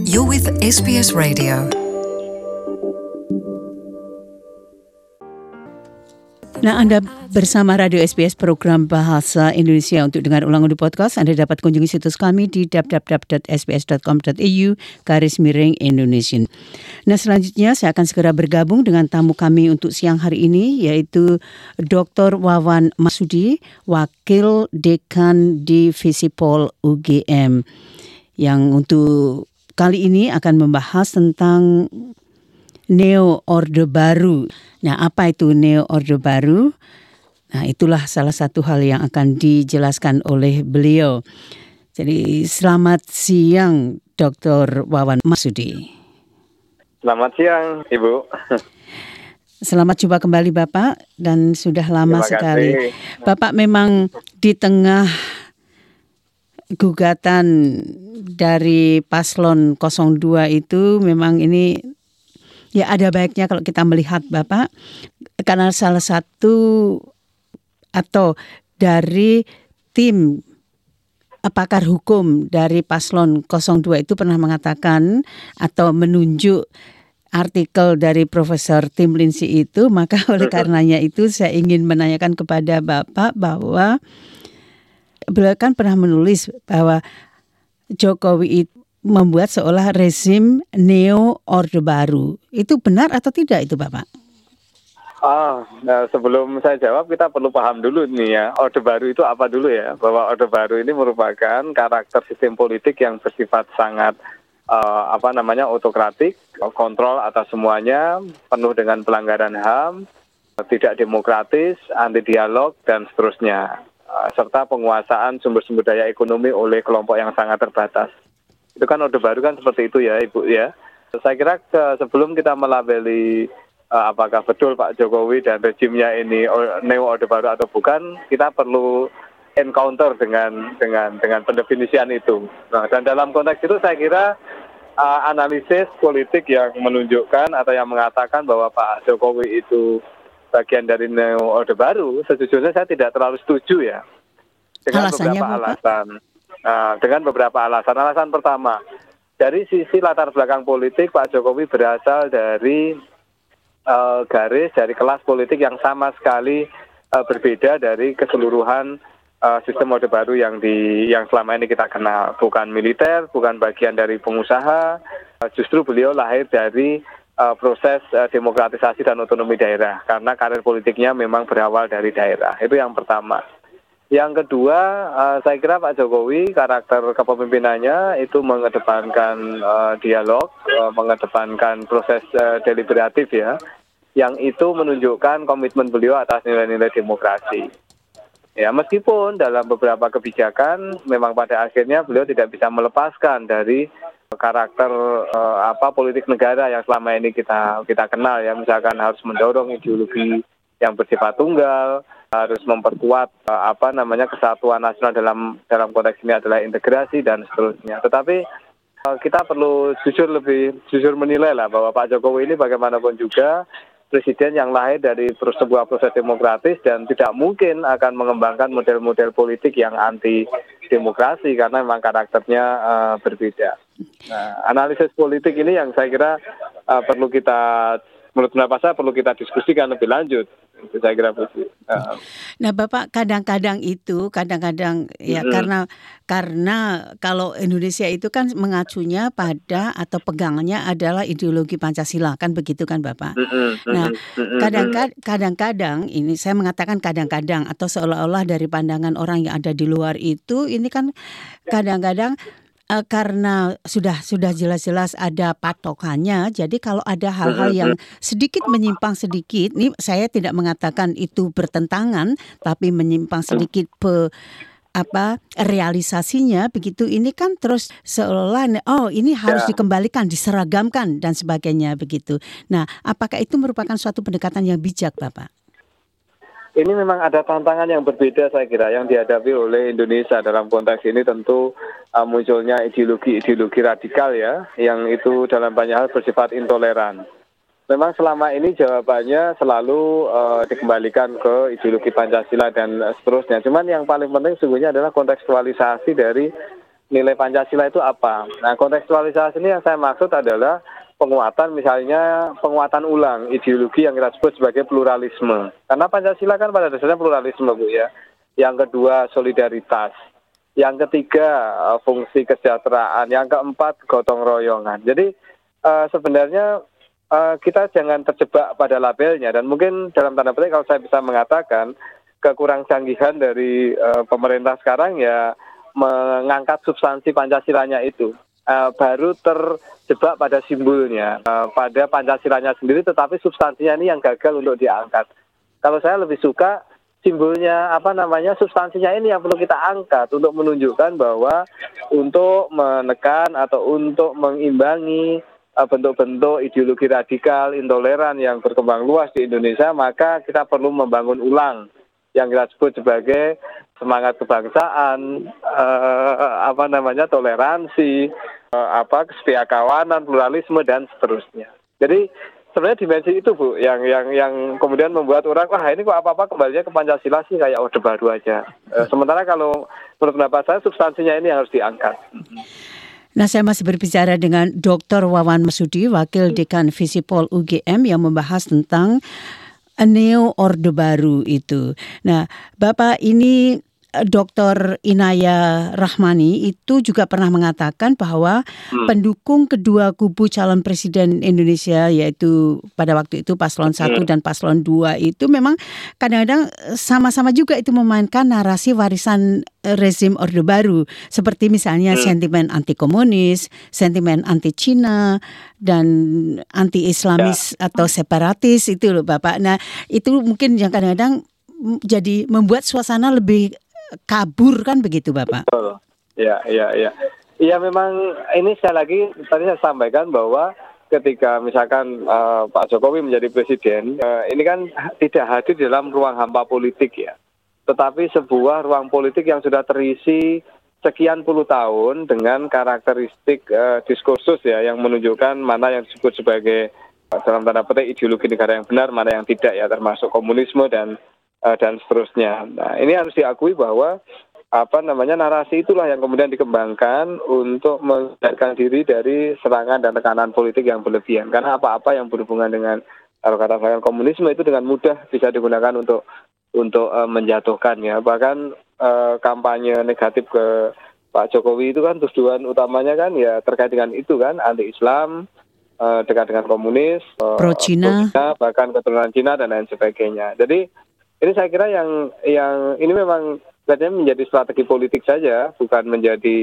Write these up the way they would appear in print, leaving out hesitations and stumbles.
You're with SBS Radio. Nah, Anda bersama Radio SBS program Bahasa Indonesia. Untuk dengar ulang audio podcast, Anda dapat kunjungi situs kami di www.sbs.com.au/Indonesian. Nah, selanjutnya saya akan segera bergabung dengan tamu kami untuk siang hari ini, yaitu Dr. Wawan Masudi, Wakil Dekan di Visipol UGM, yang untuk kali ini akan membahas tentang Neo Orde Baru. Nah, apa itu Neo Orde Baru? Nah, itulah salah satu hal yang akan dijelaskan oleh beliau. Jadi, selamat siang Dr. Wawan Masudi. Selamat siang, Ibu. Selamat jumpa kembali Bapak, dan sudah lama sekali. Bapak memang di tengah gugatan dari paslon 02 itu, memang ini ya ada baiknya kalau kita melihat Bapak, karena salah satu atau dari tim pakar hukum dari paslon 02 itu pernah mengatakan atau menunjuk artikel dari Profesor Tim Lindsay itu, maka oleh karenanya itu saya ingin menanyakan kepada Bapak bahwa beliau kan pernah menulis bahwa Jokowi itu membuat seolah rezim Neo Orde Baru. Itu benar atau tidak itu Bapak? Nah, sebelum saya jawab, kita perlu paham dulu nih ya, Orde Baru itu apa dulu ya. Bahwa Orde Baru ini merupakan karakter sistem politik yang bersifat sangat autokratik, kontrol atas semuanya, penuh dengan pelanggaran HAM, tidak demokratis, anti dialog, dan seterusnya. Serta penguasaan sumber-sumber daya ekonomi oleh kelompok yang sangat terbatas. Itu kan Orde Baru kan seperti itu ya Ibu ya. Saya kira sebelum kita melabeli apakah betul Pak Jokowi dan rejimnya ini Neo Orde Baru atau bukan, kita perlu encounter dengan pendefinisian itu. Nah, dan dalam konteks itu saya kira analisis politik yang menunjukkan atau yang mengatakan bahwa Pak Jokowi itu bagian dari Neo Orde Baru, sejujurnya saya tidak terlalu setuju ya. Dengan beberapa alasan. Alasan pertama, dari sisi latar belakang politik, Pak Jokowi berasal dari dari kelas politik yang sama sekali berbeda dari keseluruhan sistem Orde Baru yang selama ini kita kenal. Bukan militer, bukan bagian dari pengusaha, justru beliau lahir dari proses demokratisasi dan otonomi daerah, karena karir politiknya memang berawal dari daerah. Itu yang pertama. Yang kedua, saya kira Pak Jokowi karakter kepemimpinannya itu mengedepankan dialog, mengedepankan proses deliberatif ya, yang itu menunjukkan komitmen beliau atas nilai-nilai demokrasi. Ya, meskipun dalam beberapa kebijakan memang pada akhirnya beliau tidak bisa melepaskan dari karakter politik negara yang selama ini kita kenal ya, misalkan harus mendorong ideologi yang bersifat tunggal, harus memperkuat kesatuan nasional dalam konteks ini adalah integrasi dan seterusnya. Tetapi kita perlu jujur menilai lah bahwa Pak Jokowi ini bagaimanapun juga presiden yang lahir dari sebuah proses demokratis dan tidak mungkin akan mengembangkan model-model politik yang anti demokrasi karena memang karakternya berbeda. Nah, analisis politik ini yang saya kira menurut pendapat saya perlu kita diskusikan lebih lanjut. Itu saya kira begitu. Nah, Bapak kadang-kadang ya karena kalau Indonesia itu kan mengacunya pada atau pegangannya adalah ideologi Pancasila, kan begitu kan Bapak? Nah, kadang-kadang ini saya mengatakan kadang-kadang atau seolah-olah dari pandangan orang yang ada di luar itu, ini kan kadang-kadang karena sudah jelas-jelas ada patokannya, jadi kalau ada hal-hal yang sedikit menyimpang sedikit, ini saya tidak mengatakan itu bertentangan, tapi menyimpang sedikit realisasinya begitu, ini kan terus seolah ini harus dikembalikan, diseragamkan dan sebagainya begitu. Nah, apakah itu merupakan suatu pendekatan yang bijak, Bapak? Ini memang ada tantangan yang berbeda saya kira yang dihadapi oleh Indonesia dalam konteks ini, tentu munculnya ideologi radikal ya, yang itu dalam banyak hal bersifat intoleran. Memang selama ini jawabannya selalu dikembalikan ke ideologi Pancasila dan seterusnya. Cuman yang paling penting sesungguhnya adalah kontekstualisasi dari nilai Pancasila itu apa. Nah, kontekstualisasi ini yang saya maksud adalah penguatan ulang ideologi yang kita sebut sebagai pluralisme. Karena Pancasila kan pada dasarnya pluralisme, Bu, ya. Yang kedua, solidaritas. Yang ketiga, fungsi kesejahteraan. Yang keempat, gotong royongan. Jadi sebenarnya kita jangan terjebak pada labelnya. Dan mungkin dalam tanda petik kalau saya bisa mengatakan, kekurang canggihan dari pemerintah sekarang ya mengangkat substansi Pancasilanya itu. Baru terjebak pada simbolnya, pada Pancasilanya sendiri, tetapi substansinya ini yang gagal untuk diangkat. Kalau saya lebih suka simbolnya, substansinya ini yang perlu kita angkat untuk menunjukkan bahwa untuk menekan atau untuk mengimbangi bentuk-bentuk ideologi radikal, intoleran yang berkembang luas di Indonesia, maka kita perlu membangun ulang yang kita sebut sebagai semangat kebangsaan, toleransi, kesepiakawanan, pluralisme dan seterusnya. Jadi sebenarnya dimensi itu, Bu, yang kemudian membuat orang, wah ini kok apa-apa kembalinya ke Pancasila sih, kayak Orde Baru aja. Sementara kalau menurut pendapat saya substansinya ini yang harus diangkat. Nah, saya masih berbicara dengan Dr. Wawan Masudi, Wakil Dekan Visipol UGM, yang membahas tentang Neo Orde Baru itu. Nah, Bapak ini Dr. Inaya Rahmani itu juga pernah mengatakan bahwa pendukung kedua kubu calon presiden Indonesia, yaitu pada waktu itu Paslon 1 dan Paslon 2 itu memang kadang-kadang sama-sama juga itu memainkan narasi warisan rezim Orde Baru, seperti misalnya sentimen anti-komunis, sentimen anti-Cina, dan anti-Islamis atau separatis itu loh, Bapak. Nah, itu mungkin yang kadang-kadang jadi membuat suasana lebih kabur, kan begitu, Bapak? Betul. Ya. Iya, memang ini sekali lagi tadi saya sampaikan bahwa ketika misalkan Pak Jokowi menjadi presiden, ini kan tidak hadir dalam ruang hampa politik ya, tetapi sebuah ruang politik yang sudah terisi sekian puluh tahun dengan karakteristik diskursus ya, yang menunjukkan mana yang disebut sebagai dalam tanda petik ideologi negara yang benar, mana yang tidak ya, termasuk komunisme dan seterusnya. Nah, ini harus diakui bahwa narasi itulah yang kemudian dikembangkan untuk menghindarkan diri dari serangan dan tekanan politik yang berlebihan. Karena apa-apa yang berhubungan dengan katakan komunisme itu dengan mudah bisa digunakan untuk menjatuhkan ya. Bahkan kampanye negatif ke Pak Jokowi itu kan tujuan utamanya kan ya terkait dengan itu kan, anti-Islam, dekat dengan komunis, pro-Cina, bahkan keturunan Cina dan lain sebagainya. Jadi ini saya kira yang ini memang menjadi strategi politik saja, bukan menjadi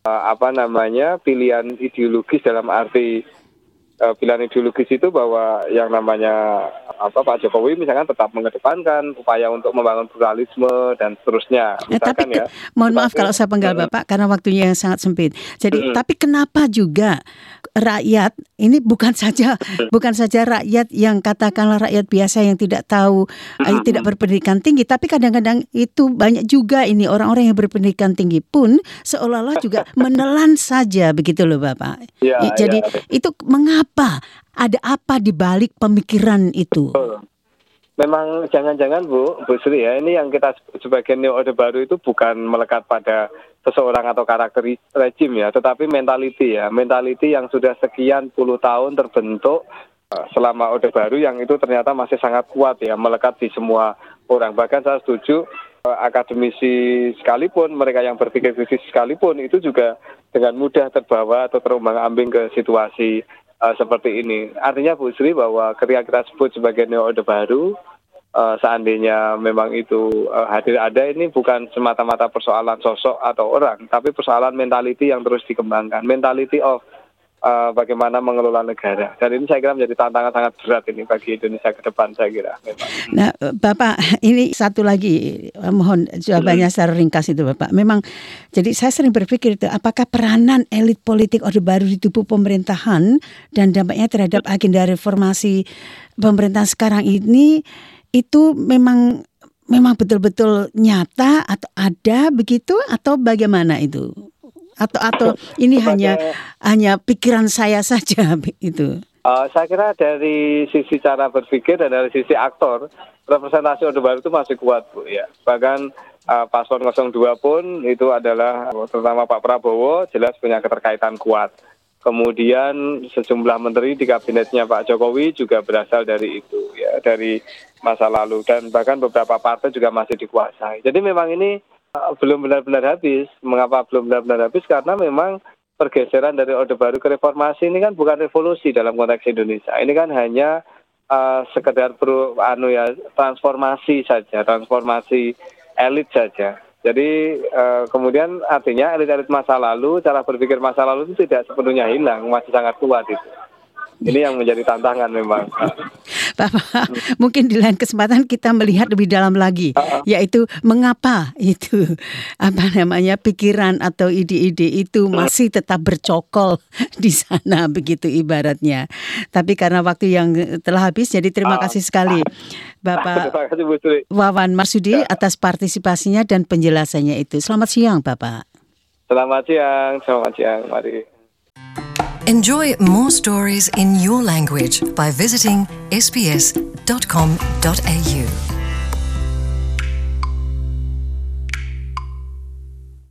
pilihan ideologis, dalam arti pilihan ideologis itu bahwa yang namanya Pak Jokowi misalkan tetap mengedepankan upaya untuk membangun pluralisme dan seterusnya. Tapi mohon maaf kalau saya penggal Bapak karena waktunya yang sangat sempit. Jadi tapi kenapa juga rakyat ini bukan saja rakyat yang katakanlah rakyat biasa yang tidak tahu, tidak berpendidikan tinggi, tapi kadang-kadang itu banyak juga ini orang-orang yang berpendidikan tinggi pun seolah-olah juga menelan saja begitu loh, Bapak. Jadi itu mengapa? Ada apa di balik pemikiran itu? Memang jangan-jangan Bu Sri ya, ini yang kita sebagai Neo Orde Baru itu bukan melekat pada seseorang atau karakter rejim ya, tetapi mentality yang sudah sekian puluh tahun terbentuk selama Orde Baru, yang itu ternyata masih sangat kuat ya, melekat di semua orang. Bahkan saya setuju akademisi sekalipun, mereka yang berpikir kritis sekalipun, itu juga dengan mudah terbawa atau terombang-ambing ke situasi seperti ini. Artinya Bu Sri bahwa ketika kita sebut sebagai Neo Orde Baru, seandainya memang itu hadir ada, ini bukan semata-mata persoalan sosok atau orang, tapi persoalan mentality yang terus dikembangkan, mentality of bagaimana mengelola negara. Dan ini saya kira menjadi tantangan sangat berat ini bagi Indonesia ke depan, saya kira. Nah, Bapak, ini satu lagi, mohon jawabannya secara ringkas itu, Bapak. Memang, jadi saya sering berpikir itu, apakah peranan elit politik Orde Baru di tubuh pemerintahan dan dampaknya terhadap agenda reformasi pemerintahan sekarang ini, itu memang betul-betul nyata atau ada begitu, atau bagaimana itu? Atau ini hanya pikiran saya saja itu. Saya kira dari sisi cara berpikir dan dari sisi aktor, representasi Orde Baru itu masih kuat, Bu. Ya. Bahkan Paslon 02 pun itu adalah, terutama Pak Prabowo, jelas punya keterkaitan kuat. Kemudian sejumlah menteri di kabinetnya Pak Jokowi juga berasal dari itu, ya, dari masa lalu. Dan bahkan beberapa partai juga masih dikuasai. Jadi memang ini belum benar-benar habis. Mengapa belum benar-benar habis? Karena memang pergeseran dari Orde Baru ke reformasi ini kan bukan revolusi dalam konteks Indonesia. Ini kan hanya sekedar transformasi saja, transformasi elit saja. Jadi kemudian artinya elit-elit masa lalu, cara berpikir masa lalu itu tidak sepenuhnya hilang, masih sangat kuat itu. Ini yang menjadi tantangan memang. Bapak, mungkin di lain kesempatan kita melihat lebih dalam lagi, yaitu mengapa itu pikiran atau ide-ide itu masih tetap bercokol di sana begitu ibaratnya. Tapi karena waktu yang telah habis, jadi terima kasih sekali Bapak Wawan Marsudi atas partisipasinya dan penjelasannya itu. Selamat siang, Bapak. Selamat siang, mari. Enjoy more stories in your language by visiting sbs.com.au.